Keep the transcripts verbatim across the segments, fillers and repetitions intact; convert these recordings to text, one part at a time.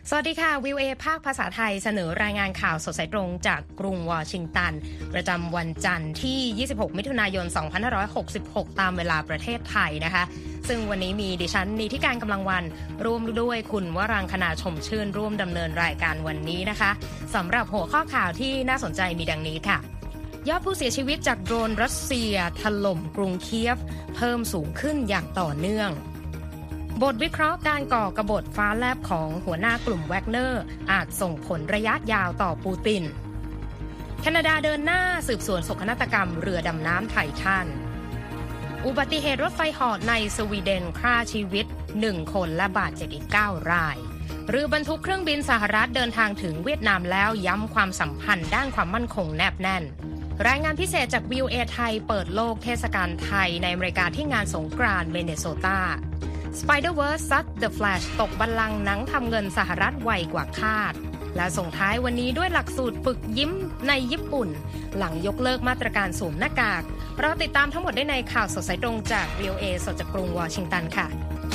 สวัสดีค่ะ วี โอ เอ ภาคภาษาไทยเสนอรายงานข่าวสดสายตรงจากกรุงวอชิงตันประจำวันจันทร์ที่ยี่สิบหกมิถุนายนสองพันห้าร้อยหกสิบหกตามเวลาประเทศไทยนะคะซึ่งวันนี้มีดิฉันนิติการกำลังวันร่วมด้วยคุณวรังคณาชมชื่นร่วมดำเนินรายการวันนี้นะคะสำหรับหัวข้อข่าวที่น่าสนใจมีดังนี้ค่ะยอดผู้เสียชีวิตจากโดรนรัสเซียถล่มกรุงเคียฟเพิ่มสูงขึ้นอย่างต่อเนื่องบทวิเคราะห์การก่อกบฏฟ้าแลบของหัวหน้ากลุ่มแวกเนอร์อาจส่งผลระยะยาวต่อปูตินแคนาดาเดินหน้าสืบสวนโศกนาฏกรรมเรือดำน้ำไททันอุบัติเหตุรถไฟเหาะในสวีเดนฆ่าชีวิตหนึ่งคนและบาดเจ็บอีกเก้ารายเรือบรรทุกเครื่องบินสหรัฐเดินทางถึงเวียดนามแล้วย้ำความสัมพันธ์ด้านความมั่นคงแนบแน่นรายงานพิเศษจาก วี โอ เอ ไทยเปิดโลกเทศกาลไทยในอเมริกาที่งานสงกรานต์มินนิโซตา Spider-Verse ซัด The Flash ตกบัลลังก์หนังทำเงินสหรัฐไวกว่าคาดและส่งท้ายวันนี้ด้วยหลักสูตรฝึกยิ้มในญี่ปุ่นหลังยกเลิกมาตรการสวมหน้ากากเราติดตามทั้งหมดได้ในข่าวสดสายตรงจาก วี โอ เอ สดจากกรุงวอชิงตันค่ะ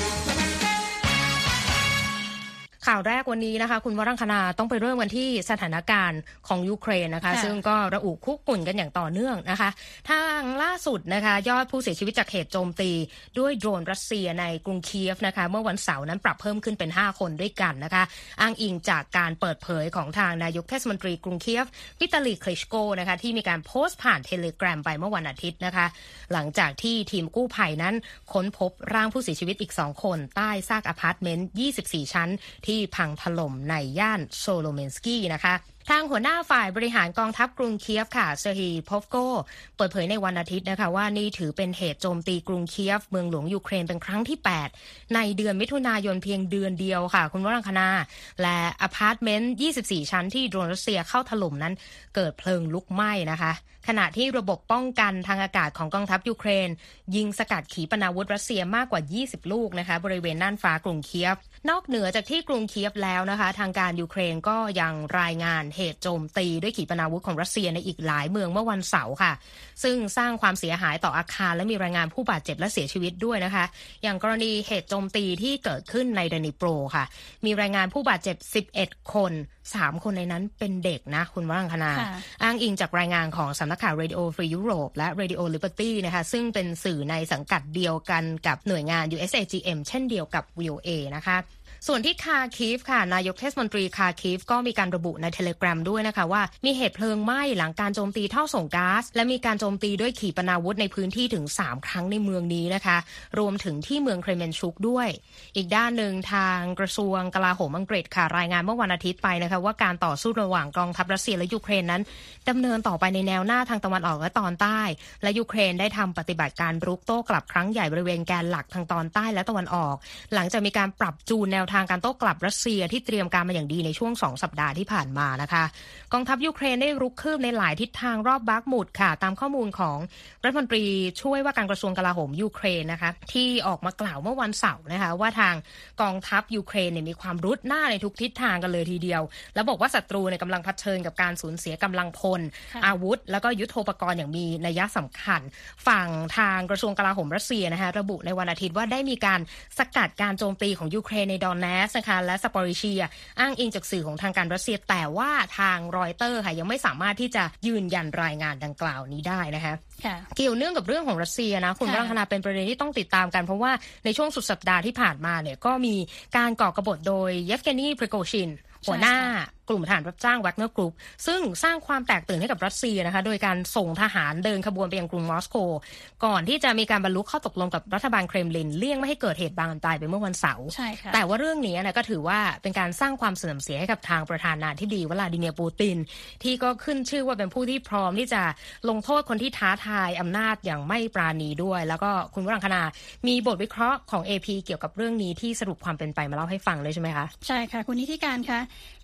ข่าวแรกวันนี้นะคะคุณวรังคณาต้องไปเริ่มกันที่สถานการณ์ของยูเครนนะคะซึ่งก็ระอุคุกรุ่นกันอย่างต่อเนื่องนะคะทางล่าสุดนะคะยอดผู้เสียชีวิตจากเหตุโจมตีด้วยโดรนรัสเซียในกรุงเคียฟนะคะเมื่อวันเสาร์นั้นปรับเพิ่มขึ้นเป็นห้าคนด้วยกันนะคะอ้างอิงจากการเปิดเผยของทางนายกเทศมนตรีกรุงเคียฟวิตาลีคลิชโกนะคะที่มีการโพสต์ผ่านเทเลกราฟไปเมื่อวันอาทิตย์นะคะหลังจากที่ทีมกู้ภัยนั้นค้นพบร่างผู้เสียชีวิตอีกสองคนใต้ซากอพาร์ตเมนต์ยี่สิบสี่ชั้นที่พังถล่มในย่านโซโลเมนสกี้นะคะทางหัวหน้าฝ่ายบริหารกองทัพกรุงเคียฟค่ะเซอร์ฮีพอฟโกเปิดเผยในวันอาทิตย์นะคะว่านี่ถือเป็นเหตุโจมตีกรุงเคียฟเมืองหลวงยูเครนเป็นครั้งที่แปดในเดือนมิถุนายนเพียงเดือนเดียวค่ะคุณวรังคณาและอพาร์ตเมนต์ยี่สิบสี่ชั้นที่โดรนรัสเซียเข้าถล่มนั้นเกิดเพลิงลุกไหม้นะคะขณะที่ระบบป้องกันทางอากาศของกองทัพยูเครนยิงสกัดขีปนาวุธรัสเซียมากกว่ายี่สิบลูกนะคะบริเวณน่านฟ้ากรุงเคียฟนอกเหนือจากที่กรุงเคียฟแล้วนะคะทางการยูเครนก็ยังรายงานเหตุโจมตีด้วยขีปนาวุธของรัสเซียในอีกหลายเมืองเมื่อวันเสาร์ค่ะซึ่งสร้างความเสียหายต่ออาคารและมีรายงานผู้บาดเจ็บและเสียชีวิตด้วยนะคะอย่างกรณีเหตุโจมตีที่เกิดขึ้นในเดนิโปรค่ะมีรายงานผู้บาดเจ็บสิบเอ็ดคนสามคนในนั้นเป็นเด็กนะคุณวรังคณาอ้างอิงจากรายงานของสำนักข่าว Radio Free Europe และ Radio Liberty นะคะซึ่งเป็นสื่อในสังกัดเดียวกันกับหน่วยงาน ยู เอส เอ จี เอ็ม เช่นเดียวกับ วี โอ เอ นะคะส่วนที่คาร์คีฟค่ะนายกเทศมนตรีคาร์คีฟก็มีการระบุในเทเลกราฟด้วยนะคะว่ามีเหตุเพลิงไหม้หลังการโจมตีท่อส่งก๊าซและมีการโจมตีด้วยขีปนาวุธในพื้นที่ถึงสามครั้งในเมืองนี้นะคะรวมถึงที่เมืองเครเมนชุกด้วยอีกด้านหนึ่งทางกระทรวงกลาโหมอังกฤษค่ะรายงานเมื่อวันอาทิตย์ไปนะคะว่าการต่อสู้ระหว่างกองทัพรัสเซียและยูเครนนั้นดำเนินต่อไปในแนวหน้าทางตะวันออกและตอนใต้และยูเครนได้ทำปฏิบัติการรุกโต้กลับครั้งใหญ่บริเวณแกนหลักทางตอนใต้และตะวันออกหลังจากมีการปรับจูนแนวทางการโต้กลับรัสเซียที่เตรียมการมาอย่างดีในช่วงสองสัปดาห์ที่ผ่านมานะคะกองทัพยูเครนได้รุกคืบในหลายทิศทางรอบบาร์กมุดค่ะตามข้อมูลของรัฐมนตรีช่วยว่าการกระทรวงกลาโหมยูเครนนะคะที่ออกมากล่าวเมื่อวันเสาร์นะคะว่าทางกองทัพยูเครนเนี่ยมีความรุดหน้าในทุกทิศทางกันเลยทีเดียวแล้วบอกว่าศัตรูเนี่ยกำลังเผชิญกับการสูญเสียกำลังพลอาวุธแล้วก็ยุทโธปกรณ์อย่างมีนัยสำคัญฝั่งทางกระทรวงกลาโหมรัสเซียนะคะระบุในวันอาทิตย์ว่าได้มีการสกัดการโจมตีของยูเครนในดอนเนสนะคะและซาปอริเชียอ้างอิงจากสื่อของทางการรัสเซียแต่ว่าทางรอยเตอร์ค่ะยังไม่สามารถที่จะยืนยันรายงานดังกล่าวนี้ได้นะคะเกี่ยวเนื่องกับเรื่องของรัสเซียนะคุณวรังคณาเป็นประเด็นที่ต้องติดตามกันเพราะว่าในช่วงสุดสัปดาห์ที่ผ่านมาเนี่ยก็มีการก่อกบฏโดยเยฟเกนี พริโกชินหัวหน้ากลุ่มทหารรับจ้างแวกเนอร์กรุ๊ปซึ่งสร้างความแตกตื่นให้กับรัสเซียนะคะโดยการส่งทหารเดินขบวนไปยังกรุงมอสโกก่อนที่จะมีการบรรลุข้อตกลงกับรัฐบาลเครมลินเลี่ยงไม่ให้เกิดเหตุบานปลายไปเมื่อวันเสาร์แต่ว่าเรื่องนี้นะก็ถือว่าเป็นการสร้างความเสื่อมเสียให้กับทางประธานาธิบดีวลาดิเมียร์ปูตินที่ก็ขึ้นชื่อว่าเป็นผู้ที่พร้อมที่จะลงโทษคนที่ท้าทายอำนาจอย่างไม่ปราณีด้วยแล้วก็คุณวรังคณามีบทวิเคราะห์ของ เอ พี เกี่ยวกับเรื่องนี้ที่สรุปความเป็นไปมาเล่าให้ฟังเลยใช่ไหมคะใช่ค่ะคุณนิติการคะการก่อ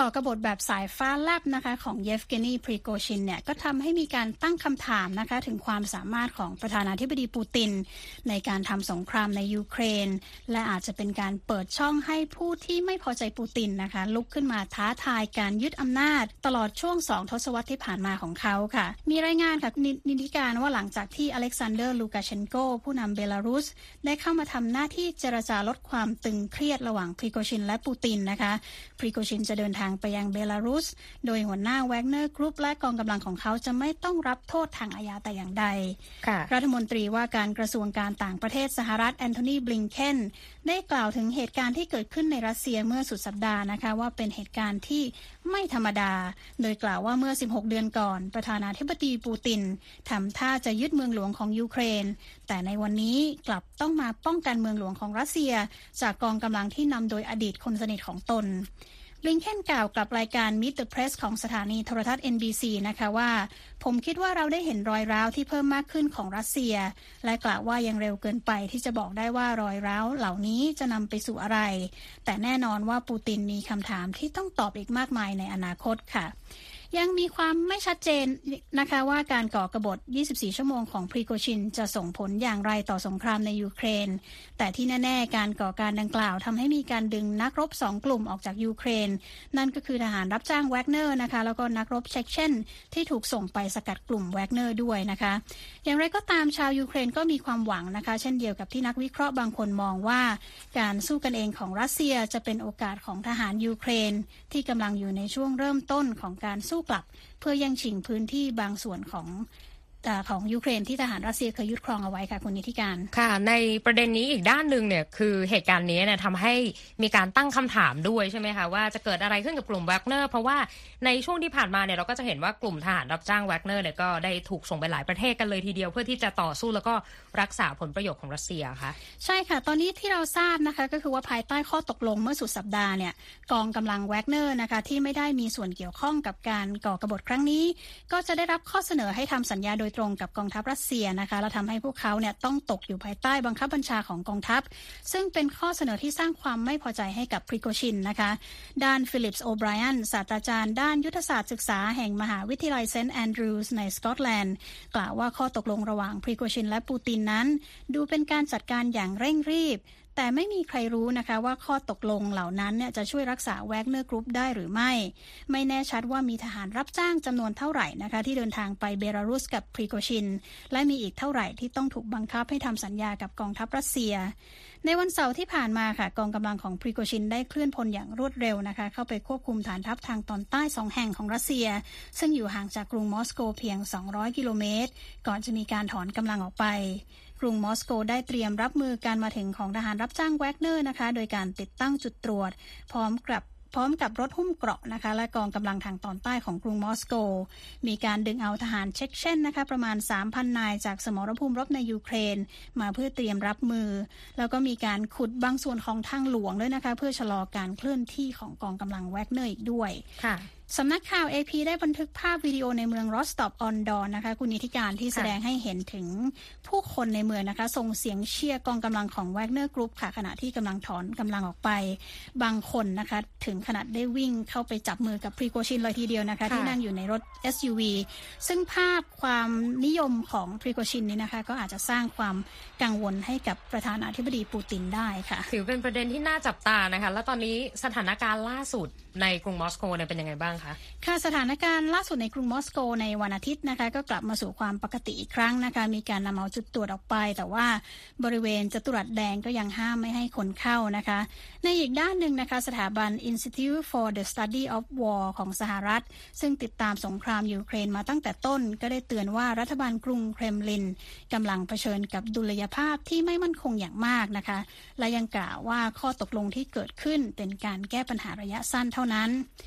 ก่อกบฏแบบสายฟ้าแลบนะคะของเยฟเกนี พรีโกชินเนี่ยก็ทำให้มีการตั้งคำถามนะคะถึงความสามารถของประธานาธิบดีปูตินในการทำสงครามในยูเครนและอาจจะเป็นการเปิดช่องให้ผู้ที่ไม่พอใจปูตินนะคะลุกขึ้นมาท้าทายการยึดอำนาจตลอดช่วงสองทศวรรษที่ผ่านมาของเขาค่ะมีรายงานค่ะนิติการว่าหลังจากที่อเล็กซานเดอร์ ลูกาเชนโกผู้นำเบลารุสได้เข้ามาทำหน้าที่เจรจาลดความตึงเครียดระหว่างพรีโกชินและปูตินนะคะพรีโกชินจะเดินทางไปยังเบลารุสโดยหัวหน้าแวกเนอร์กรุ๊ปและกองกำลังของเขาจะไม่ต้องรับโทษทางอาญาแต่อย่างใดรัฐมนตรีว่าการกระทรวงการต่างประเทศสหรัฐแอนโทนี บลิงเคนได้กล่าวถึงเหตุการณ์ที่เกิดขึ้นในรัสเซียเมื่อสุดสัปดาห์นะคะว่าเป็นเหตุการณ์ที่ไม่ธรรมดาโดยกล่าวว่าเมื่อสิบหกเดือนก่อนประธานาธิบดีปูตินทำท่าจะยึดเมืองหลวงของยูเครนแต่ในวันนี้กลับต้องมาป้องกันเมืองหลวงของรัสเซียจากกองกำลังที่นำโดยอดีตคนสนิทของตนบลิงเคนกล่าวกับรายการ Meet the Press ของสถานีโทรทัศน์ เอ็น บี ซี นะคะว่าผมคิดว่าเราได้เห็นรอยร้าวที่เพิ่มมากขึ้นของรัสเซียและกล่าวว่ายังเร็วเกินไปที่จะบอกได้ว่ารอยร้าวเหล่านี้จะนำไปสู่อะไรแต่แน่นอนว่าปูตินมีคำถามที่ต้องตอบอีกมากมายในอนาคตค่ะยังมีความไม่ชัดเจนนะคะว่าการก่อกบฏยี่สิบสี่ชั่วโมงของพรีโกชินจะส่งผลอย่างไรต่อสงครามในยูเครนแต่ที่แน่ๆการก่อการดังกล่าวทำให้มีการดึงนักรบสองกลุ่มออกจากยูเครนนั่นก็คือทหารรับจ้างแวกเนอร์นะคะแล้วก็นักรบเช็กเช่นที่ถูกส่งไปสกัดกลุ่มแวกเนอร์ด้วยนะคะอย่างไรก็ตามชาวยูเครนก็มีความหวังนะคะเช่นเดียวกับที่นักวิเคราะห์บางคนมองว่าการสู้กันเองของรัสเซียจะเป็นโอกาสของทหารยูเครนที่กำลังอยู่ในช่วงเริ่มต้นของการสู้กลับเพื่อแย่งชิงพื้นที่บางส่วนของของยูเครนที่ทหารรัสเซียเคยยึดครองเอาไว้ค่ะคุณนิติการค่ะในประเด็นนี้อีกด้านหนึ่งเนี่ยคือเหตุการณ์นี้เนี่ยทำให้มีการตั้งคำถามด้วยใช่ไหมคะว่าจะเกิดอะไรขึ้นกับกลุ่มแวกเนอร์เพราะว่าในช่วงที่ผ่านมาเนี่ยเราก็จะเห็นว่ากลุ่มทหารรับจ้างแวกเนอร์เนี่ยก็ได้ถูกส่งไปหลายประเทศกันเลยทีเดียวเพื่อที่จะต่อสู้แล้วก็รักษาผลประโยชน์ของรัสเซียค่ะใช่ค่ะตอนนี้ที่เราทราบนะคะก็คือว่าภายใต้ข้อตกลงเมื่อสุดสัปดาห์เนี่ยกองกำลังแวกเนอร์นะคะที่ไม่ได้มีส่วนเกี่ยวข้องกับการก่อกบฏครั้งนี้ก็จะได้รับข้อเสนอให้ทำสัญญาโดยตรงกับกองทัพรัสเซียนะคะและทำให้พวกเขาเนี่ยต้องตกอยู่ภายใต้บังคับบัญชาของกองทัพซึ่งเป็นข้อเสนอที่สร้างความไม่พอใจให้กับพรีโกชินนะคะด้านฟิลิปส์ โอไบรอันศาสตราจารย์ด้านยุทธศาสตร์ศึกษาแห่งมหาวิทยาลัยเซนต์แอนดรูว์สในสกอตแลนด์กล่าวว่าข้อตกลงระหว่างพรีโกชินและปูตินนั้นดูเป็นการจัดการอย่างเร่งรีบแต่ไม่มีใครรู้นะคะว่าข้อตกลงเหล่านั้นเนี่ยจะช่วยรักษาแวกเนอร์กรุ๊ปได้หรือไม่ไม่แน่ชัดว่ามีทหารรับจ้างจำนวนเท่าไหร่นะคะที่เดินทางไปเบลารุสกับพรีโกชินและมีอีกเท่าไหร่ที่ต้องถูกบังคับให้ทำสัญญากับกองทัพรัสเซียในวันเสาร์ที่ผ่านมาค่ะกองกำลังของพรีโกชินได้เคลื่อนพลอย่างรวดเร็วนะคะเข้าไปควบคุมฐานทัพทางตอนใต้สองแห่งของรัสเซียซึ่งอยู่ห่างจากกรุงมอสโกเพียงสองร้อยกิโลเมตรก่อนจะมีการถอนกำลังออกไปกรุงมอสโกได้เตรียมรับมือการมาถึงของทหารรับจ้างแวกเนอร์นะคะโดยการติดตั้งจุดตรวจพร้อมกับพร้อมกับรถหุ้มเกราะนะคะและกองกำลังทางตอนใต้ของกรุงมอสโกมีการดึงเอาทหารเช็กเช่นนะคะประมาณ สามพัน นายจากสมรภูมิรบในยูเครนมาเพื่อเตรียมรับมือแล้วก็มีการขุดบางส่วนของทางหลวงด้วยนะคะเพื่อชะลอการเคลื่อนที่ของกองกำลังแวกเนอร์อีกด้วยค่ะสำนักข่าว เอ พี ได้บันทึกภาพวิดีโอในเมืองรอสตอฟออนดอนนะคะคุณนิติการที่แสดงให้เห็นถึงผู้คนในเมืองนะคะส่งเสียงเชียร์กองกำลังของแวกเนอร์กรุ๊ปค่ะขณะที่กำลังถอนกำลังออกไปบางคนนะคะถึงขนาดได้วิ่งเข้าไปจับมือกับพรีโกชินเลยทีเดียวนะคะที่นั่งอยู่ในรถ เอส ยู วี ซึ่งภาพความนิยมของพรีโกชินนี้นะคะก็อาจจะสร้างความกังวลให้กับประธานาธิบดีปูตินได้ค่ะถือเป็นประเด็นที่น่าจับตานะคะและตอนนี้สถานการณ์ล่าสุดในกรุงมอสโกเนี่ยเป็นยังไงบ้างคะค่ะสถานการณ์ล่าสุดในกรุงมอสโกในวันอาทิตย์นะคะก็กลับมาสู่ความปกติอีกครั้งนะคะมีการนำเอาจุดตรวจออกไปแต่ว่าบริเวณจัตุรัสแดงก็ยังห้ามไม่ให้คนเข้านะคะในอีกด้านหนึ่งนะคะสถาบัน Institute for the Study of War ของสหรัฐซึ่งติดตามสงครามยูเครนมาตั้งแต่ต้นก็ได้เตือนว่ารัฐบาลกรุงเครมลินกำลังเผชิญกับดุลยภาพที่ไม่มั่นคงอย่างมากนะคะและยังกล่าวว่าข้อตกลงที่เกิดขึ้นเป็นการแก้ปัญหาระยะสั้นเท่านั้น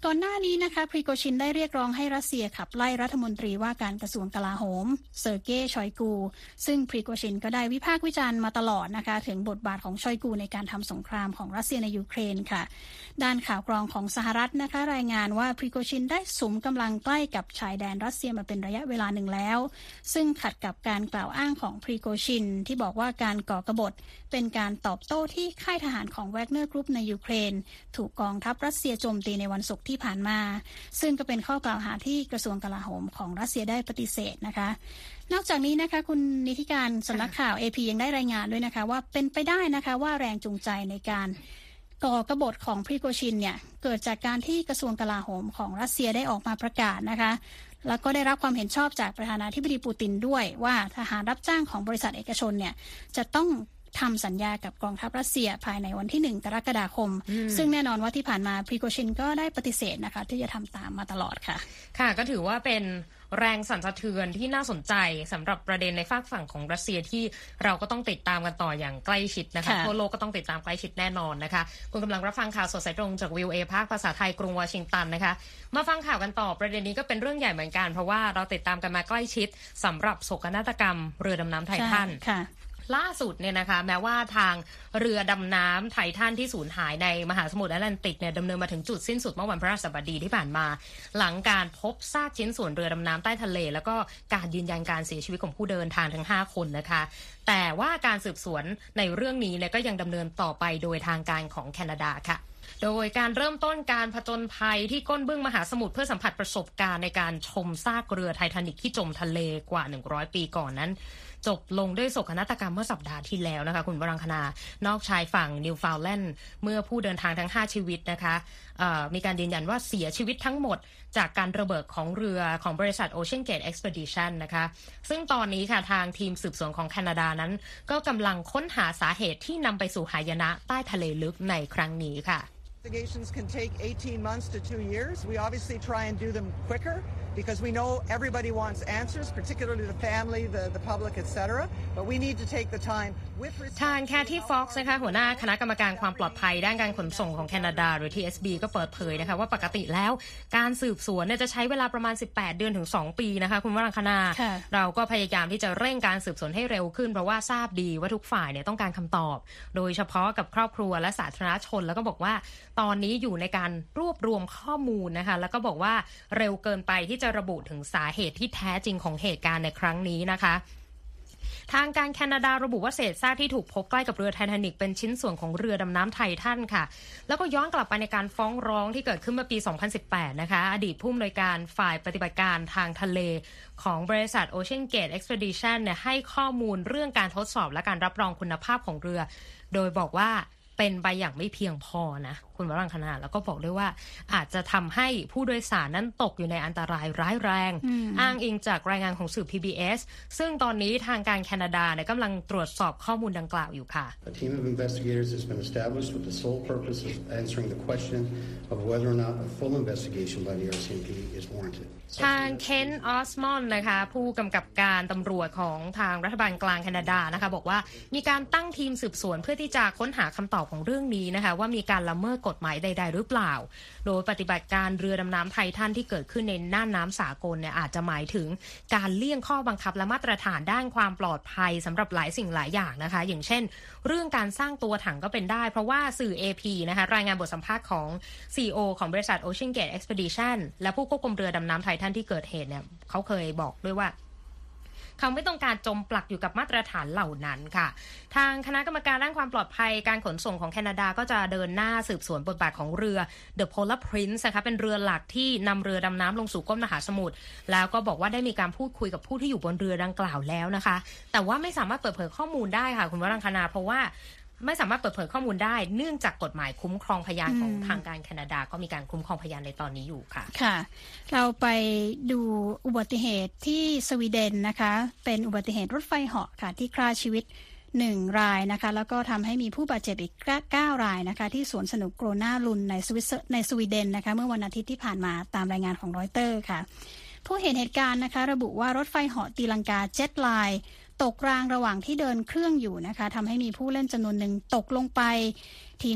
ก่อนหน้านี้นะคะพรีโกชินได้เรียกร้องให้รัสเซียขับไล่รัฐมนตรีว่าการกระทรวงกลาโหมเซอร์เกย์ชอยกูซึ่งพรีโกชินก็ได้วิพากษ์วิจารณ์มาตลอดนะคะถึงบทบาทของชอยกูในการทำสงครามของรัสเซียในยูเครนค่ะด้านข่าวกรองของสหรัฐนะคะรายงานว่าพรีโกชินได้สุมกำลังใกล้กับชายแดนรัสเซียมาเป็นระยะเวลาหนึ่งแล้วซึ่งขัดกับการกล่าวอ้างของพรีโกชินที่บอกว่าการก่อกบฏเป็นการตอบโต้ที่ค่ายทหารของแวกเนอร์กรุ๊ปในยูเครนถูกกองทัพรัสเซียโจมตีในวันศุกร์ที่ผ่านมาซึ่งก็เป็นข้อกล่าวหาที่กระทรวงกลาโหมของรัสเซียได้ปฏิเสธนะคะนอกจากนี้นะคะคุณนิติการสำนักข่าว เอ พี ยังได้รายงานด้วยนะคะว่าเป็นไปได้นะคะว่าแรงจูงใจในการก่อกบฏของพรีโกชินเนี่ยเกิดจากการที่กระทรวงกลาโหมของรัสเซียได้ออกมาประกาศนะคะแล้วก็ได้รับความเห็นชอบจากประธานาธิบดีปูตินด้วยว่าทหารรับจ้างของบริษัทเอกชนเนี่ยจะต้องทำสัญญากับกองทัพรัสเซียภายในวันที่หนึ่งกรกฎาคมซึ่งแน่นอนว่าที่ผ่านมาพรีโกชินก็ได้ปฏิเสธนะคะที่จะทำตามมาตลอดค่ะค่ะก็ถือว่าเป็นแรงสั่นสะเทือนที่น่าสนใจสำหรับประเด็นในฝากฝั่งของรัสเซียที่เราก็ต้องติดตามกันต่ออย่างใกล้ชิดนะคะทั่วโลกก็ต้องติดตามใกล้ชิดแน่นอนนะคะคุณกำลังรับฟังข่าวสดสายตรงจาก วี โอ เอ ภาคภาษาไทยกรุงวอชิงตันนะคะมาฟังข่าวกันต่อประเด็นนี้ก็เป็นเรื่องใหญ่เหมือนกันเพราะว่าเราติดตามกันมาใกล้ชิดสำหรับโศกนาฏกรรมเรือดำน้ำไททันล่าสุดเนี่ยนะคะแม้ว่าทางเรือดำน้ำไททันที่สูญหายในมหาสมุทรแอตแลนติกเนี่ยดำเนินมาถึงจุดสิ้นสุดเมื่อวันพฤหัสบดีที่ผ่านมาหลังการพบซากชิ้นส่วนเรือดำน้ำใต้ทะเลแล้วก็การยืนยันการเสียชีวิตของผู้เดินทางทั้งห้าคนนะคะแต่ว่าการสืบสวนในเรื่องนี้เนี่ยก็ยังดำเนินต่อไปโดยทางการของแคนาดาค่ะโดยการเริ่มต้นการผจญภัยที่ก้นบึ้งมหาสมุทรเพื่อสัมผัสประสบการณ์ในการชมซากเรือไททานิคที่จมทะเลกว่าหนึ่งร้อยปีก่อนนั้นจบลงด้วยโศกนาฏกรรมเมื่อสัปดาห์ที่แล้วนะคะคุณวรังคนานอกชายฝั่งนิวฟาวแลนด์เมื่อผู้เดินทางทั้งห้าชีวิตนะคะมีการยืนยันว่าเสียชีวิตทั้งหมดจากการระเบิดของเรือของบริษัท Ocean Gate Expedition นะคะซึ่งตอนนี้ค่ะทางทีมสืบสวนของแคนาดานั้นก็กำลังค้นหาสาเหตุที่นำไปสู่หายนะใต้ทะเลลึกในครั้งนี้ค่ะ Investigations can take eighteen months to two years. We obviously try and do them quicker because we know everybody wants answers, particularly the family, the, the public, et cetera. But we need to take the time with ทางแคที่ Fox นะคะหัวหน้าคณะกรรมการความปลอดภัยด้านการขนส่งของแคนาดาหรือ ที เอส บี ก็เปิดเผยนะคะว่าปกติแล้วการสืบสวนเนี่ยจะใช้เวลาประมาณสิบแปดเดือนถึงสองปีนะคะคุณวรังคณาเราก็พยายามที่จะเร่งการสืบสวนให้เร็วขึ้นเพราะว่าทราบดีว่าทุกฝ่ายเนี่ยต้องการคำตอบโดยเฉพาะกับครอบครัวและสาธารณชนแล้วก็บอกว่าตอนนี้อยู่ในการรวบรวมข้อมูลนะคะแล้วก็บอกว่าเร็วเกินไปที่จะระบุถึงสาเหตุที่แท้จริงของเหตุการณ์ในครั้งนี้นะคะทางการแคนาดาระบุว่าเศษซากที่ถูกพบใกล้กับเรือไททานิคเป็นชิ้นส่วนของเรือดำน้ำไททันค่ะแล้วก็ย้อนกลับไปในการฟ้องร้องที่เกิดขึ้นเมื่อปีสองพันสิบแปดนะคะอดีตผู้อำนวยการฝ่ายปฏิบัติการทางทะเลของบริษัท Ocean Gate Expedition เนี่ยให้ข้อมูลเรื่องการทดสอบและการรับรองคุณภาพของเรือโดยบอกว่าเป็นไปอย่างไม่เพียงพอนะคุณวรังคณาแล้วก็บอกด้วยว่าอาจจะทำให้ผู้โดยสารนั้นตกอยู่ในอันตรายร้ายแรงอ้างอิงจากรายงานของสื่อ พี บี เอส ซึ่งตอนนี้ทางการแคนาดาเนี่ยกำลังตรวจสอบข้อมูลดังกล่าวอยู่ค่ะ A team of investigators has been established with the sole purpose of answering the question of whether or not a full investigation by the อาร์ ซี เอ็ม พี is warranted ทางเคนออสมอนนะคะผู้กำกับการตำรวจของทางรัฐบาลกลางแคนาดานะคะบอกว่ามีการตั้งทีมสืบสวนเพื่อที่จะค้นหาคำตอบของเรื่องนี้นะคะว่ามีการละเมิดกฎหมายใดๆหรือเปล่าโดยปฏิบัติการเรือดำน้ำไททันที่เกิดขึ้นในน่านน้ำสากลเนี่ยอาจจะหมายถึงการเลี่ยงข้อบังคับและมาตรฐานด้านความปลอดภัยสำหรับหลายสิ่งหลายอย่างนะคะอย่างเช่นเรื่องการสร้างตัวถังก็เป็นได้เพราะว่าสื่อ เอ พี นะคะรายงานบทสัมภาษณ์ของ ซี อี โอ ของบริษัท Ocean Gate Expedition และผู้ควบคุมเรือดำน้ำไททันที่เกิดเหตุเนี่ยเขาเคยบอกด้วยว่าเขาไม่ต้องการจมปลักอยู่กับมาตรฐานเหล่านั้นค่ะทางคณะกรรมการด้านความปลอดภัยการขนส่งของแคนาดาก็จะเดินหน้าสืบสวนบทบาทของเรือ The Polar Prince นะคะเป็นเรือหลักที่นำเรือดำน้ำลงสู่ก้นมหาสมุทรแล้วก็บอกว่าได้มีการพูดคุยกับผู้ที่อยู่บนเรือดังกล่าวแล้วนะคะแต่ว่าไม่สามารถเปิดเผยข้อมูลได้ค่ะคุณวรังคณาเพราะว่าไม่สามารถเปิดเผยข้อมูลได้เนื่องจากกฎหมายคุ้มครองพยานของทางการแคนาดาก็มีการคุ้มครองพยานในตอนนี้อยู่ค่ะค่ะเราไปดูอุบัติเหตุที่สวีเดนนะคะเป็นอุบัติเหตุรถไฟเหาะค่ะที่ฆ่าชีวิตหนึ่งรายนะคะแล้วก็ทำให้มีผู้บาดเจ็บอีกเก้ารายนะคะที่สวนสนุกโกรนาลุนในสวิตเซอร์ในสวีเดนนะคะเมื่อวันอาทิตย์ที่ผ่านมาตามรายงานของรอยเตอร์ค่ะผู้เห็นเหตุการณ์นะคะระบุว่ารถไฟเหาะตีลังกาเจ็ตไลน์ตกรางระหว่างที่เดินเครื่องอยู่นะคะทำให้มีผู้เล่นจำนวนหนึ่งตกลงไปทีมฉุก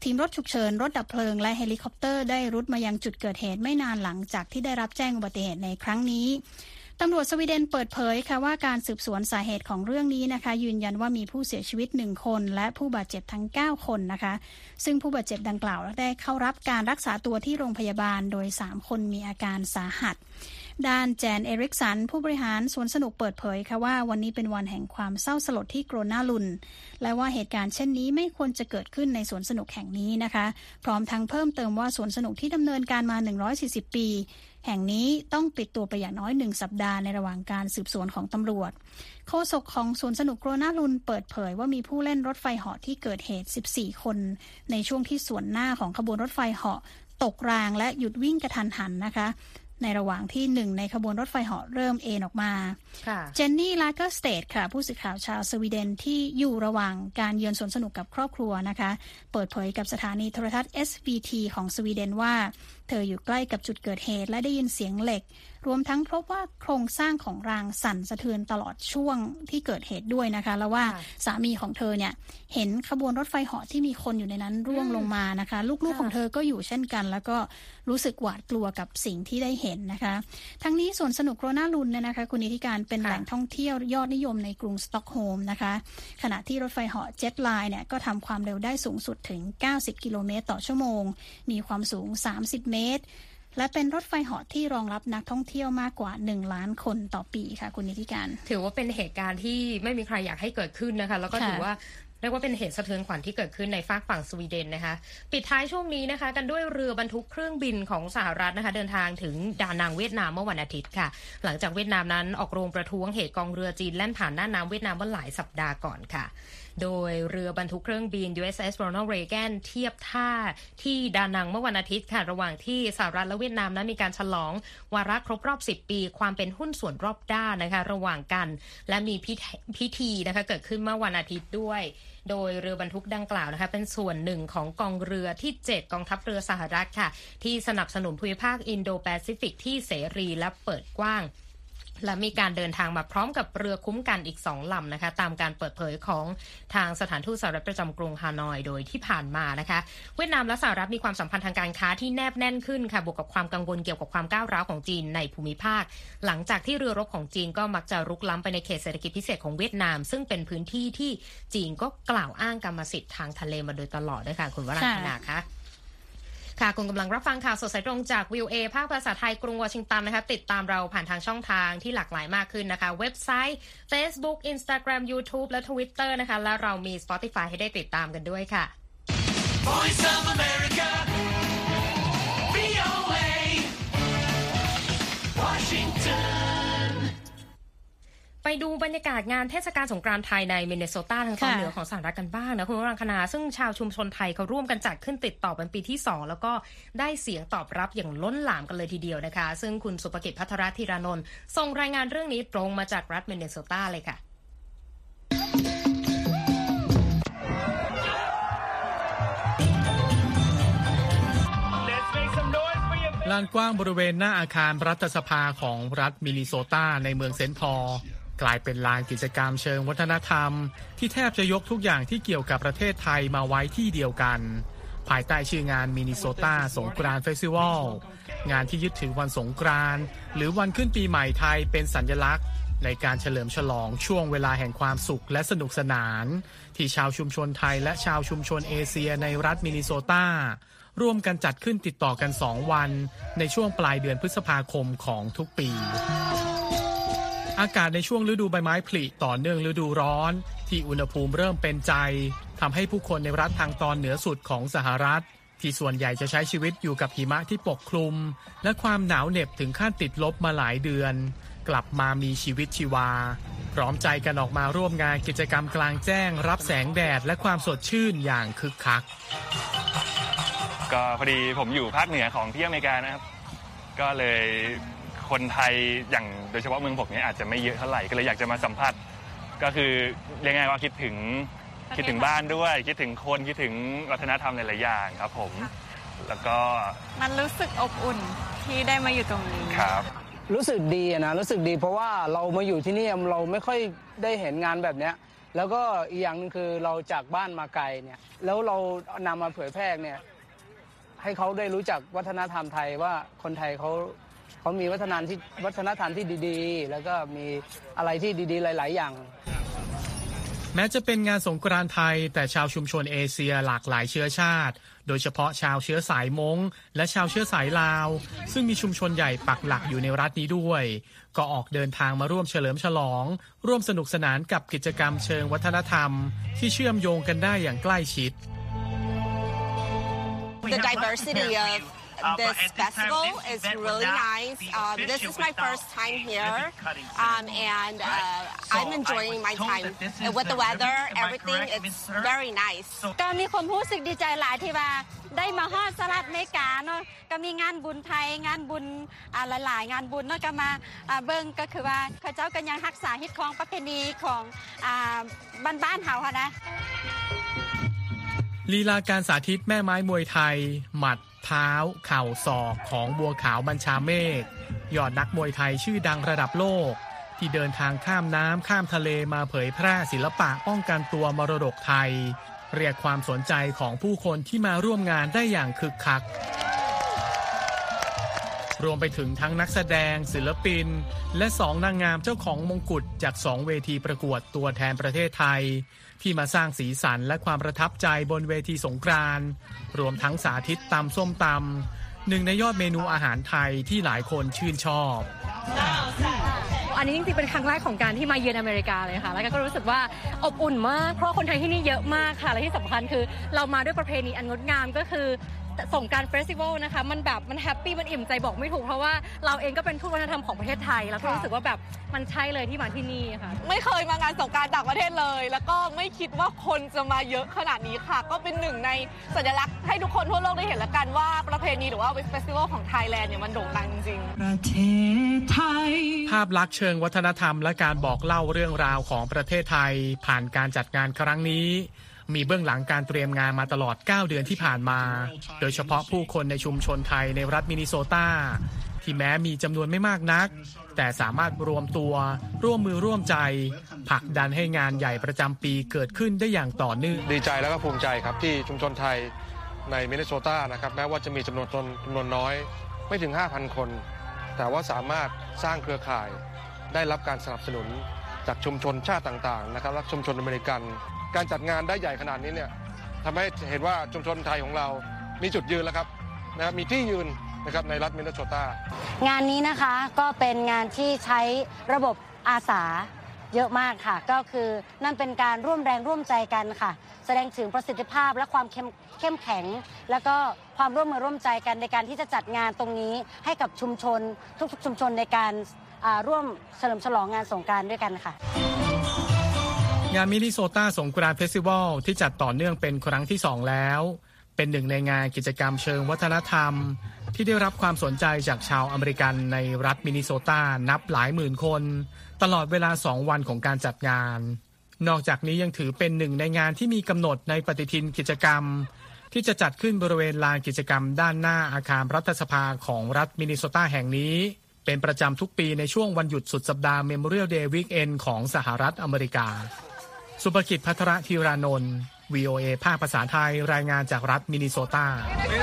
ทีมรถฉุกเฉินรถดับเพลิงและเฮลิคอปเตอร์ได้รุดมายังจุดเกิดเหตุไม่นานหลังจากที่ได้รับแจ้งอุบัติเหตุในครั้งนี้ตำรวจสวีเดนเปิดเผยค่ะว่าการสืบสวนสาเหตุของเรื่องนี้นะคะยืนยันว่ามีผู้เสียชีวิตหนึ่งคนและผู้บาดเจ็บทั้งเก้าคนนะคะซึ่งผู้บาดเจ็บดังกล่าวได้เข้ารับการรักษาตัวที่โรงพยาบาลโดยสามคนมีอาการสาหัสด้านแจนเอริกสันผู้บริหารสวนสนุกเปิดเผยค่ะว่าวันนี้เป็นวันแห่งความเศร้าสลดที่โกรนาลุนและว่าเหตุการณ์เช่นนี้ไม่ควรจะเกิดขึ้นในสวนสนุกแห่งนี้นะคะพร้อมทั้งเพิ่มเติมว่าสวนสนุกที่ดำเนินการมาหนึ่งร้อยสี่สิบปีแห่งนี้ต้องปิดตัวไปอย่างน้อยหนึ่งสัปดาห์ในระหว่างการสืบสวนของตำรวจโฆษกของสวนสนุกโกรนาลุนเปิดเผยว่ามีผู้เล่นรถไฟเหาะที่เกิดเหตุสิบสี่คนในช่วงที่ส่วนหน้าของขบวนรถไฟเหาะตกรางและหยุดวิ่งกระทันหันนะคะในระหว่างที่หนึ่งในขบวนรถไฟเหาะเริ่มเอนออกมาเจนนี่ลาเกอร์สเตทค่ะผู้สื่อข่าวชาวสวีเดนที่อยู่ระหว่างการเยือนสวนสนุกกับครอบครัวนะคะเปิดเผยกับสถานีโทรทัศน์ เอส วี ที ของสวีเดนว่าเธออยู่ใกล้กับจุดเกิดเหตุและได้ยินเสียงเหล็กรวมทั้งพบว่าโครงสร้างของรางสั่นสะเทือนตลอดช่วงที่เกิดเหตุด้วยนะคะแล้วว่าสามีของเธอเนี่ยเห็นขบวนรถไฟเหาะที่มีคนอยู่ในนั้นร่วงลงมานะคะลูกๆของเธอก็อยู่เช่นกันแล้วก็รู้สึกหวาดกลัวกับสิ่งที่ได้เห็นนะคะทั้งนี้สวนสนุกโกรนาลุนเนี่ยนะคะคุณนิติการเป็นแหล่งท่องเที่ยวยอดนิยมในกรุงสต็อกโฮล์มนะคะขณะที่รถไฟเหาะเจ็ตไลน์เนี่ยก็ทำความเร็วได้สูงสุดถึงเก้าสิบกิโลเมตรต่อชั่วโมงมีความสูงสามสิบเมตรและเป็นรถไฟเหาะที่รองรับนักท่องเที่ยวมากกว่าหนึ่งล้านคนต่อปีค่ะคุณนิติการถือว่าเป็นเหตุการณ์ที่ไม่มีใครอยากให้เกิดขึ้นนะคะแล้วก็ถือว่าเรียกว่าเป็นเหตุสะเทือนขวัญที่เกิดขึ้นในฝากฝั่งสวีเดนนะคะปิดท้ายช่วงนี้นะคะกันด้วยเรือบรรทุกเครื่องบินของสหรัฐนะคะเดินทางถึงดานังเวียดนามเมื่อวันอาทิตย์ค่ะหลังจากเวียดนามนั้นออกโรงประท้วงเหตุกองเรือจีนแล่นผ่านหน้าน้ำเวียดนามเมื่อหลายสัปดาห์ก่อนค่ะโดยเรือบรรทุกเครื่องบิน ยู เอส เอส Ronald Reagan เทียบท่าที่ดานังเมื่อวันอาทิตย์ค่ะระหว่างที่สหรัฐและเวียดนามนั้นมีการฉลองวาระครบรอบสิบปีความเป็นหุ้นส่วนรอบด้านนะคะระหว่างกันและมีพิธีนะคะเกิดขึ้นเมื่อวันอาทิตย์ด้วยโดยเรือบรรทุกดังกล่าวนะคะเป็นส่วนหนึ่งของกองเรือที่เจ็ดกองทัพเรือสหรัฐค่ะที่สนับสนุนภูมิภาคอินโดแปซิฟิกที่เสรีและเปิดกว้างและมีการเดินทางมาพร้อมกับเรือคุ้มกันอีกสองลำนะคะตามการเปิดเผยของทางสถานทูตสหรัฐประจำกรุงฮานอยโดยที่ผ่านมานะคะเวียดนามและสหรัฐมีความสัมพันธ์ทางการค้าที่แนบแน่นขึ้นค่ะบวกกับความกังวลเกี่ยวกับความก้าวร้าวของจีนในภูมิภาคหลังจากที่เรือรบของจีนก็มักจะรุกล้ำไปในเขตเศรษฐกิจพิเศษของเวียดนามซึ่งเป็นพื้นที่ที่จีนก็กล่าวอ้างกรรมสิทธิ์ทางทะเลมาโดยตลอดด้วยค่ะคุณวรังคณาคะค่ะคุณกำลังรับฟังข่าวสดสายตรงจาก วี โอ เอ ภาคภาษาไทยกรุงวอชิงตันนะคะติดตามเราผ่านทางช่องทางที่หลากหลายมากขึ้นนะคะเว็บไซต์ Facebook Instagram YouTube และ Twitter นะคะและเรามี Spotify ให้ได้ติดตามกันด้วยค่ะ Voice of America วี โอ เอ Washingtonไปดูบรรยากาศงานเทศกาลสงกรานต์ไทยในมินนิโซตาทางตอนเหนือของสหรัฐกันบ้างนะคุณวรังคณาซึ่งชาวชุมชนไทยเขาร่วมกันจัดขึ้นติดต่อเป็นปีที่สองแล้วก็ได้เสียงตอบรับอย่างล้นหลามกันเลยทีเดียวนะคะซึ่งคุณสุภกิจภัทรธีรานนท์ส่งรายงานเรื่องนี้ตรงมาจากรัฐมินนิโซตาเลยค่ะลานกว้างบริเวณหน้าอาคารรัฐสภาของรัฐมินนิโซตาในเมืองเซนต์พอลกลายเป็นลานกิจกรรมเชิงวัฒนธรรมที่แทบจะยกทุกอย่างที่เกี่ยวกับประเทศไทยมาไว้ที่เดียวกันภายใต้ชื่องานมินนิโซตาสงกรานต์เฟสติวัลงานที่ยึดถือวันสงกรานต์หรือวันขึ้นปีใหม่ไทยเป็นสัญลักษณ์ในการเฉลิมฉลองช่วงเวลาแห่งความสุขและสนุกสนานที่ชาวชุมชนไทยและชาวชุมชนเอเชียในรัฐมินนิโซตาร่วมกันจัดขึ้นติดต่อกันสองวันในช่วงปลายเดือนพฤษภาคมของทุกปีอากาศในช่วงฤดูใบไม้ผลิต่อเนื่องฤดูร้อนที่อุณหภูมิเริ่มเป็นใจทำให้ผู้คนในรัฐทางตอนเหนือสุดของสหรัฐที่ส่วนใหญ่จะใช้ชีวิตอยู่กับหิมะที่ปกคลุมและความหนาวเหน็บถึงขั้นติดลบมาหลายเดือนกลับมามีชีวิตชีวาพร้อมใจกันออกมาร่วมงานกิจกรรมกลางแจ้งรับแสงแดดและความสดชื่นอย่างคึกคักก็พอดีผมอยู่ภาคเหนือของที่อเมริกานะครับก็เลยคนไทยอย่างโดยเฉพาะเมืองผมเนี่ยอาจจะไม่เยอะเท่าไหร่ก็เลยอยากจะมาสัมผัสก็คือเรียกง่ายว่าคิดถึงคิดถึงบ้านด้วยคิดถึงคนคิดถึงวัฒนธรรมหลายๆอย่างครับผมแล้วก็มันรู้สึกอบอุ่นที่ได้มาอยู่ตรงนี้ครับรู้สึกดีนะรู้สึกดีเพราะว่าเรามาอยู่ที่นี่เราไม่ค่อยได้เห็นงานแบบนี้แล้วก็อีกอย่างนึงคือเราจากบ้านมาไกลเนี่ยแล้วเรานำมาเผยแพร่เนี่ยให้เขาได้รู้จักวัฒนธรรมไทยว่าคนไทยเขาเขามีวัฒนธรรมที่วัฒนธรรมที่ดีๆแล้วก็มีอะไรที่ดีๆหลายๆอย่างแม้จะเป็นงานสงกรานต์ไทยแต่ชาวชุมชนเอเชียหลากหลายเชื้อชาติโดยเฉพาะชาวเชื้อสายม้งและชาวเชื้อสายลาวซึ่งมีชุมชนใหญ่ปักหลักอยู่ในรัฐนี้ด้วยก็ออกเดินทางมาร่วมเฉลิมฉลองร่วมสนุกสนานกับกิจกรรมเชิงวัฒนธรรมที่เชื่อมโยงกันได้อย่างใกล้ชิด The diversity of this festival is really nice. Um, this is my first time here, um, and uh, I'm enjoying my time. And with the weather, everything, it's very nice. ก็มีความรู้สึกดีใจหลายที่ว่าได้มาฮอดสหรัฐอเมริกาเนาะก็มีงานบุญไทยงานบุญหลายๆงานบุญเนาะก็มาเบิ่งก็คือว่าเขาเจ้าก็ยังรักษาฮิตของประเพณีของบ้านๆเฮาค่ะนะลีลาการสาธิตแม่ไม้มวยไทยหมัดเท้าเข่าศอกของบัวขาวบัญชาเมฆยอดนักมวยไทยชื่อดังระดับโลกที่เดินทางข้ามน้ำข้ามทะเลมาเผยแพร่ศิลปะป้องกันตัวมรดกไทยเรียกความสนใจของผู้คนที่มาร่วมงานได้อย่างคึกคักรวมไปถึงทั้งนักแสดงศิลปินและสองนางงามเจ้าของมงกุฎจากสองเวทีประกวดตัวแทนประเทศไทยที่มาสร้างสีสันและความประทับใจบนเวทีสงกรานต์รวมทั้งสาธิตตำส้มตำหนึ่งในยอดเมนูอาหารไทยที่หลายคนชื่นชอบอันนี้จริงๆเป็นครั้งแรกของการที่มาเยือนอเมริกาเลยค่ะแล้วก็รู้สึกว่าอบอุ่นมากเพราะคนไทยที่นี่เยอะมากค่ะและที่สำคัญคือเรามาด้วยประเพณีอันงดงามก็คือสงกรานต์เฟสติวัลนะคะมันแบบมันแฮปปี้มันอิ่มใจบอกไม่ถูกเพราะว่าเราเองก็เป็นทูตวัฒนธรรมของประเทศไทยแล้วก็รู้สึกว่าแบบมันใช่เลยที่มาที่นี่ค่ะไม่เคยมางานสงกรานต์ต่างประเทศเลยแล้วก็ไม่คิดว่าคนจะมาเยอะขนาดนี้ค่ะก็เป็นหนึ่งในสัญลักษณ์ให้ทุกคนทั่วโลกได้เห็นแล้วกันว่าประเพณีหรือว่าเฟสติวัลของไทยแลนด์เนี่ยมันโด่งดังจริงประเทศไทยภาพลักษณ์เชิงวัฒนธรรมและการบอกเล่าเรื่องราวของประเทศไทยผ่านการจัดงานครั้งนี้มีเบื้องหลังการเตรียมงานมาตลอดเก้าเดือนที่ผ่านมาโดยเฉพาะผู้คนในชุมชนไทยในรัฐมินนิโซตาที่แม้มีจำนวนไม่มากนักแต่สามารถรวมตัวร่วมมือร่วมใจผลักดันให้งานใหญ่ประจำปีเกิดขึ้นได้อย่างต่อเนื่องดีใจแล้วก็ภูมิใจครับที่ชุมชนไทยในมินนิโซตานะครับแม้ว่าจะมีจำนวนคนจำนวนน้อยไม่ถึง ห้าพัน คนแต่ว่าสามารถสร้างเครือข่ายได้รับการสนับสนุนจากชุมชนชาติต่างๆนะครับและชุมชนอเมริกันการจัดงานได้ใหญ่ขนาดนี้เนี่ยทำให้เห็นว่าชุมชนไทยของเรามีจุดยืนแล้วครับนะครับมีที่ยืนนะครับในรัฐมินนิโซตางานนี้นะคะก็เป็นงานที่ใช้ระบบอาสาเยอะมากค่ะก็คือนั่นเป็นการร่วมแรงร่วมใจกันค่ะแสดงถึงประสิทธิภาพและความเข้มเข้มแข็งแล้วก็ความร่วมมือร่วมใจกันในการที่จะจัดงานตรงนี้ให้กับชุมชนทุกๆชุมชนในการร่วมเฉลิมฉลองงานสงกรานต์ด้วยกันค่ะงานมินนิโซตาสงกรานต์เฟสติวัลที่จัดต่อเนื่องเป็นครั้งที่สองแล้วเป็นหนึ่งในงานกิจกรรมเชิงวัฒนธรรมที่ได้รับความสนใจจากชาวอเมริกันในรัฐมินนิโซตานับหลายหมื่นคนตลอดเวลาสองวันของการจัดงานนอกจากนี้ยังถือเป็นหนึ่งในงานที่มีกำหนดในปฏิทินกิจกรรมที่จะจัดขึ้นบริเวณลานกิจกรรมด้านหน้าอาคารรัฐสภาของรัฐมินนิโซตาแห่งนี้เป็นประจำทุกปีในช่วงวันหยุดสุดสัปดาห์ Memorial Day Weekend ของสหรัฐอเมริกาสุภกิจภัทรธีรานนท์ วี โอ เอ ภาคภาษาไทยรายงานจากรัฐมินนิโซตา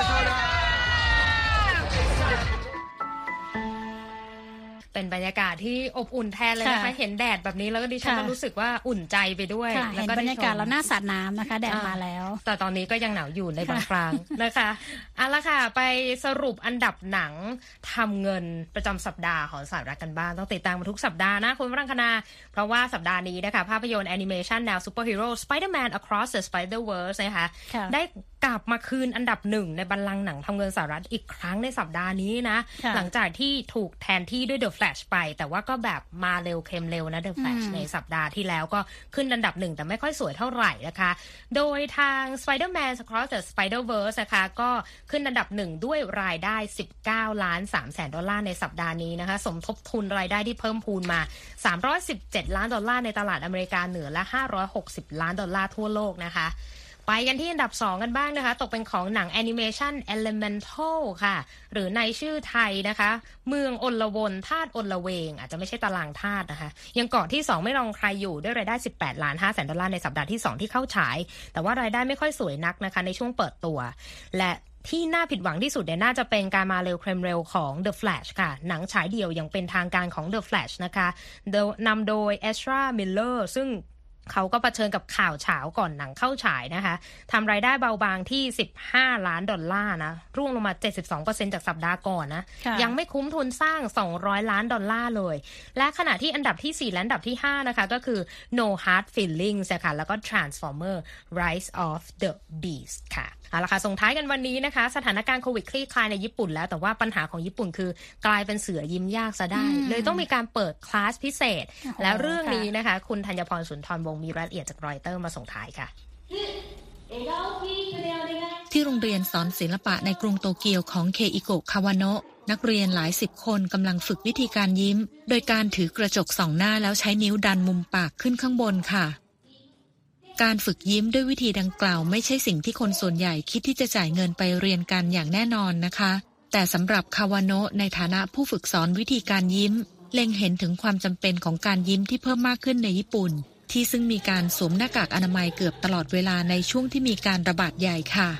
เป็นบรรยากาศที่อบอุ่นแทนเลยนะคะเห็นแดดแบบนี้แล้วก็ดิฉันก็รู้สึกว่าอุ่นใจไปด้วยเห็นบรรยากาศแล้วน่าสาดน้ำนะคะแดดมาแล้วแต่ตอนนี้ก็ยังหนาวอยู่ในบางครั้งนะคะเอาละค่ะไปสรุปอันดับหนังทำเงินประจำสัปดาห์ของสหรัฐกันบ้างต้องติดตามมาทุกสัปดาห์นะคุณวรังคณาเพราะว่าสัปดาห์นี้นะคะภาพยนตร์แอนิเมชันแนวซูเปอร์ฮีโร่ Spider-Man Across the Spider-Verse นะคะได้กลับมาคืนอันดับหนึ่งในบัลลังก์หนังทำเงินสหรัฐอีกครั้งในสัปดาห์นี้นะหลังจากที่ถูกแทนที่ด้วย The Flash ไปแต่ว่าก็แบบมาเร็วเค็มเร็วนะ The Flash ในสัปดาห์ที่แล้วก็ขึ้นอันดับหนึ่งแต่ไม่ค่อยสวยเท่าไหร่นะคะโดยทาง Spider-Man Across the Spider-Verse นะคะก็ขึ้นอันดับหนึ่งด้วยรายได้สิบเก้าล้านสามแสนดอลลาร์ในสัปดาห์นี้นะคะสมทบทุนรายได้ที่เพิ่มพูนมาสามร้อยสิบเจ็ดล้านดอลลาร์ในตลาดอเมริกาเหนือและห้าร้อยหกสิบล้านดอลลาร์ทั่วโลกนะคะไปกันที่อันดับสองกันบ้างนะคะตกเป็นของหนังแอนิเมชัน Elemental ค่ะหรือในชื่อไทยนะคะเมืองอลวนธาตุอลเวงอาจจะไม่ใช่ตารางธาตุนะคะยังเกาะที่สองไม่รองใครอยู่ด้วยรายได้สิบแปดล้านห้าแสนดอลลาร์ในสัปดาห์ที่สองที่เข้าฉายแต่ว่ารายได้ไม่ค่อยสวยนักนะคะในช่วงเปิดตัวและที่น่าผิดหวังที่สุดเนี่ยน่าจะเป็นการมาเร็วเคลมเร็วของ The Flash ค่ะหนังฉายเดี่ยวอย่างเป็นทางการของ The Flash นะคะนำโดย Ezra Miller ซึ่งเขาก็เผชิญกับข่าวเฉาก่อนหนังเข้าฉายนะคะทำรายได้เบาบางที่สิบห้าล้านดอลลาร์นะร่วงลงมา เจ็ดสิบสองเปอร์เซ็นต์ จากสัปดาห์ก่อนนะยังไม่คุ้มทุนสร้างสองร้อยล้านดอลลาร์เลยและขณะที่อันดับที่สี่และอันดับที่ห้านะคะก็คือ No Hard Feelings ค่ะแล้วก็ Transformer Rise of the Beast ค่ะเอาละค่ะส่งท้ายกันวันนี้นะคะสถานการณ์โควิดคลี่คลายในญี่ปุ่นแล้วแต่ว่าปัญหาของญี่ปุ่นคือกลายเป็นเสือยิ้มยากซะได้เลยต้องมีการเปิดคลาสพิเศษแล้วเรื่องนี้นะคะคุณธัญพรสุนทรวงศ์มีรายละเอียดจากรอยเตอร์มาส่งท้ายค่ะที่โรงเรียนสอนศิลปะในกรุงโตเกียวของเคอิโกะคาวาโนะนักเรียนหลายสิบคนกำลังฝึกวิธีการยิ้มโดยการถือกระจกส่องหน้าแล้วใช้นิ้วดันมุมปากขึ้นข้างบนค่ะการฝึกยิ้มด้วยวิธีดังกล่าวไม่ใช่สิ่งที่คนส่วนใหญ่คิดที่จะจ่ายเงินไปเรียนกันอย่างแน่นอนนะคะแต่สำหรับคาวาโนะในฐานะผู้ฝึกสอนวิธีการยิ้มเล็งเห็นถึงความจำเป็นของการยิ้มที่เพิ่มมากขึ้นในญี่ปุ่นที่ซึ่งมีการสวมหน้ากากอนามัยเกือบตลอดเวลาในช่วงที่มีการระบาดใหญ่ค่ะ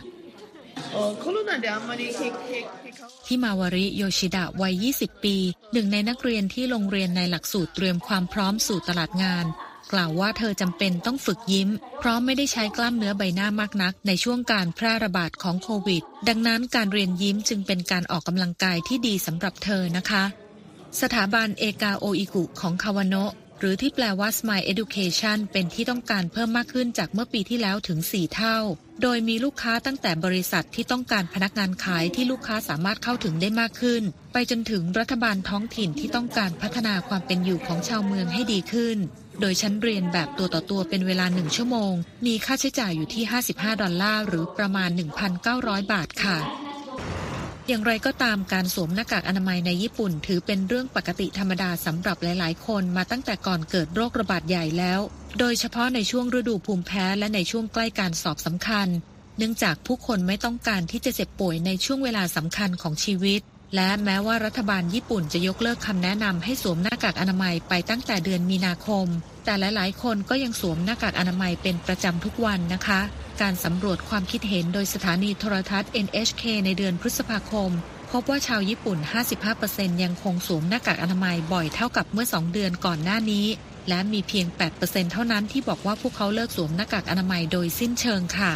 ที่มาวาริโยชิดะวัยยี่สิบปีหนึ่งในนักเรียนที่โรงเรียนในหลักสูตรเตรียมความพร้อมสู่ตลาดงานกล่าวว่าเธอจำเป็นต้องฝึกยิ้มเพราะไม่ได้ใช้กล้ามเนื้อใบหน้ามากนักในช่วงการแพร่ระบาดของโควิดดังนั้นการเรียนยิ้มจึงเป็นการออกกำลังกายที่ดีสำหรับเธอนะคะสถาบันเอกาโออิกุของคาวาโนะหรือที่แปลว่า Smile Education เป็นที่ต้องการเพิ่มมากขึ้นจากเมื่อปีที่แล้วถึงสี่เท่าโดยมีลูกค้าตั้งแต่บริษัทที่ต้องการพนักงานขายที่ลูกค้าสามารถเข้าถึงได้มากขึ้นไปจนถึงรัฐบาลท้องถิ่นที่ต้องการพัฒนาความเป็นอยู่ของชาวเมืองให้ดีขึ้นโดยชั้นเรียนแบบตัวต่อตัวเป็นเวลาหนึ่งชั่วโมงมีค่าใช้จ่ายอยู่ที่ห้าสิบห้าดอลลาร์หรือประมาณ หนึ่งพันเก้าร้อย บาทค่ะอย่างไรก็ตามการสวมหน้ากากอนามัยในญี่ปุ่นถือเป็นเรื่องปกติธรรมดาสำหรับหลายๆคนมาตั้งแต่ก่อนเกิดโรคระบาดใหญ่แล้วโดยเฉพาะในช่วงฤดูภูมิแพ้และในช่วงใกล้การสอบสำคัญเนื่องจากผู้คนไม่ต้องการที่จะเจ็บป่วยในช่วงเวลาสำคัญของชีวิตและแม้ว่ารัฐบาลญี่ปุ่นจะยกเลิกคำแนะนำให้สวมหน้ากากอนามัยไปตั้งแต่เดือนมีนาคมแต่หลายๆคนก็ยังสวมหน้ากากอนามัยเป็นประจำทุกวันนะคะการสำรวจความคิดเห็นโดยสถานีโทรทัศน์ เอ็น เอช เค ในเดือนพฤษภาคมพบว่าชาวญี่ปุ่น ห้าสิบห้าเปอร์เซ็นต์ ยังคงสวมหน้ากากอนามัยบ่อยเท่ากับเมื่อสองเดือนก่อนหน้านี้และมีเพียง แปดเปอร์เซ็นต์ เท่านั้นที่บอกว่าพวกเขาเลิกสวมหน้ากากอนามัยโดยสิ้นเชิงค่ะ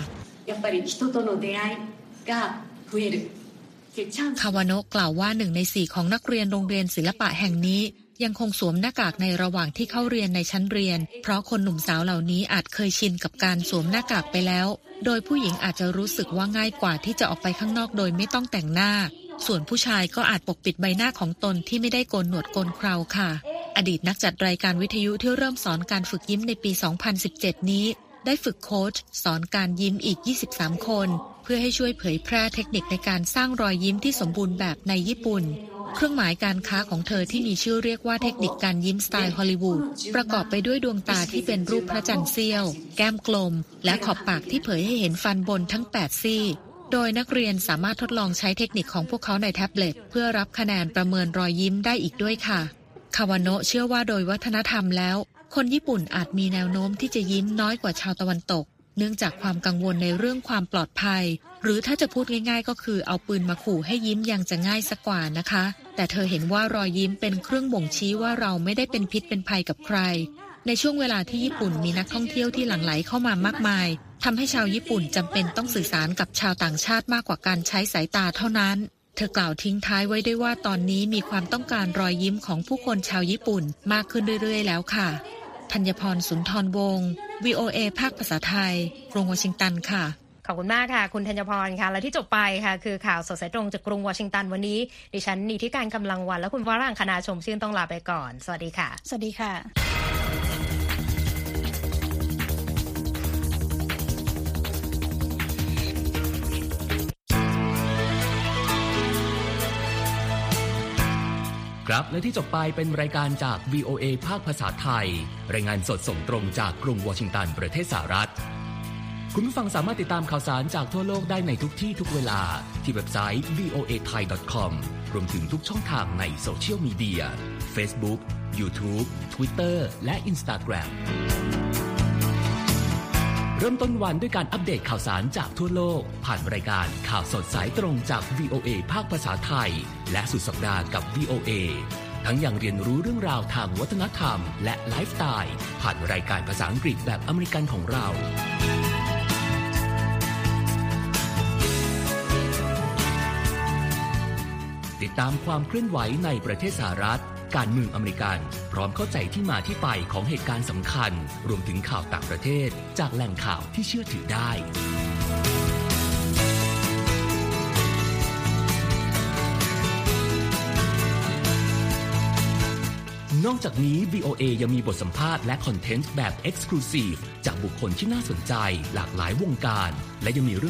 คาวาโนะกล่าวว่าหนึ่งในสี่ของนักเรียนโรงเรียนศิลปะแห่งนี้ยังคงสวมหน้ากากในระหว่างที่เข้าเรียนในชั้นเรียนเพราะคนหนุ่มสาวเหล่านี้อาจเคยชินกับการสวมหน้ากากไปแล้วโดยผู้หญิงอาจจะรู้สึกว่าง่ายกว่าที่จะออกไปข้างนอกโดยไม่ต้องแต่งหน้าส่วนผู้ชายก็อาจปกปิดใบหน้าของตนที่ไม่ได้โกนหนวดโกนเคราค่ะอดีตนักจัดรายการวิทยุที่เริ่มสอนการฝึกยิ้มในปี สองพันสิบเจ็ด นี้ได้ฝึกโค้ชสอนการยิ้มอีกยี่สิบสามคนเพื่อให้ช่วยเผยแพร่เทคนิคในการสร้างรอยยิ้มที่สมบูรณ์แบบในญี่ปุ่นเครื่องหมายการค้าของเธอที่มีชื่อเรียกว่าเทคนิคการยิ้มสไตล์ฮอลลีวูดประกอบไปด้วยดวงตาที่เป็นรูปพระจันทร์เสี้ยวแก้มกลมและขอบปากที่เผยให้เห็นฟันบนทั้งแปดซี่โดยนักเรียนสามารถทดลองใช้เทคนิคของพวกเขาในแท็บเล็ตเพื่อรับคะแนนประเมินรอยยิ้มได้อีกด้วยค่ะคาวาโนะเชื่อว่าโดยวัฒนธรรมแล้วคนญี่ปุ่นอาจมีแนวโน้มที่จะยิ้มน้อยกว่าชาวตะวันตกเนื่องจากความกังวลในเรื่องความปลอดภัยหรือถ้าจะพูดง่ายๆก็คือเอาปืนมาขู่ให้ยิ้มยังจะง่ายสักกว่านะคะแต่เธอเห็นว่ารอยยิ้มเป็นเครื่องบ่งชี้ว่าเราไม่ได้เป็นพิษเป็นภัยกับใครในช่วงเวลาที่ญี่ปุ่นมีนักท่องเที่ยวที่หลั่งไหลเข้ามามากมายทำให้ชาวญี่ปุ่นจำเป็นต้องสื่อสารกับชาวต่างชาติมากกว่าการใช้สายตาเท่านั้นเธอกล่าวทิ้งท้ายไว้ด้วยว่าตอนนี้มีความต้องการรอยยิ้มของผู้คนชาวญี่ปุ่นมากขึ้นเรื่อยๆแล้วค่ะธัญพรสุนทรวงศ์ วี โอ เอ ภาคภาษาไทยกรุงวอชิงตันค่ะขอบคุณมากค่ะคุณธัญพรค่ะและที่จบไปค่ะคือข่าวสดสายตรงจากกรุงวอชิงตันวันนี้ดิฉันนีธิการกำลังวันและคุณวรังคณาชมชื่นต้องลาไปก่อนสวัสดีค่ะสวัสดีค่ะครับและที่จบไปเป็นรายการจาก วี โอ เอ ภาคภาษาไทยรายงานสดส่งตรงจากกรุงวอชิงตันประเทศสหรัฐคุณผู้ฟังสามารถติดตามข่าวสารจากทั่วโลกได้ในทุกที่ทุกเวลาที่เว็บไซต์ วี โอ เอ ไทย ดอท คอม รวมถึงทุกช่องทางในโซเชียลมีเดีย Facebook, YouTube, Twitter และ Instagram เริ่มต้นวันด้วยการอัปเดตข่าวสารจากทั่วโลกผ่านรายการข่าวสดสายตรงจาก วี โอ เอ ภาคภาษาไทยและสุดสัปดาห์กับ วี โอ เอ ทั้งยังเรียนรู้เรื่องราวทางวัฒนธรรมและไลฟ์สไตล์ผ่านรายการภาษาอังกฤษแบบอเมริกันของเราติดตามความเคลื่อนไหวในประเทศสหรัฐการเมืองอเมริกันพร้อมเข้าใจที่มาที่ไปของเหตุการณ์สำคัญรวมถึงข่าวต่างประเทศจากแหล่งข่าวที่เชื่อถือได้นอกจากนี้ วี โอ เอ ยังมีบทสัมภาษณ์และคอนเทนต์แบบ Exclusive จากบุคคลที่น่าสนใจหลากหลายวงการและยังมีเรื่อง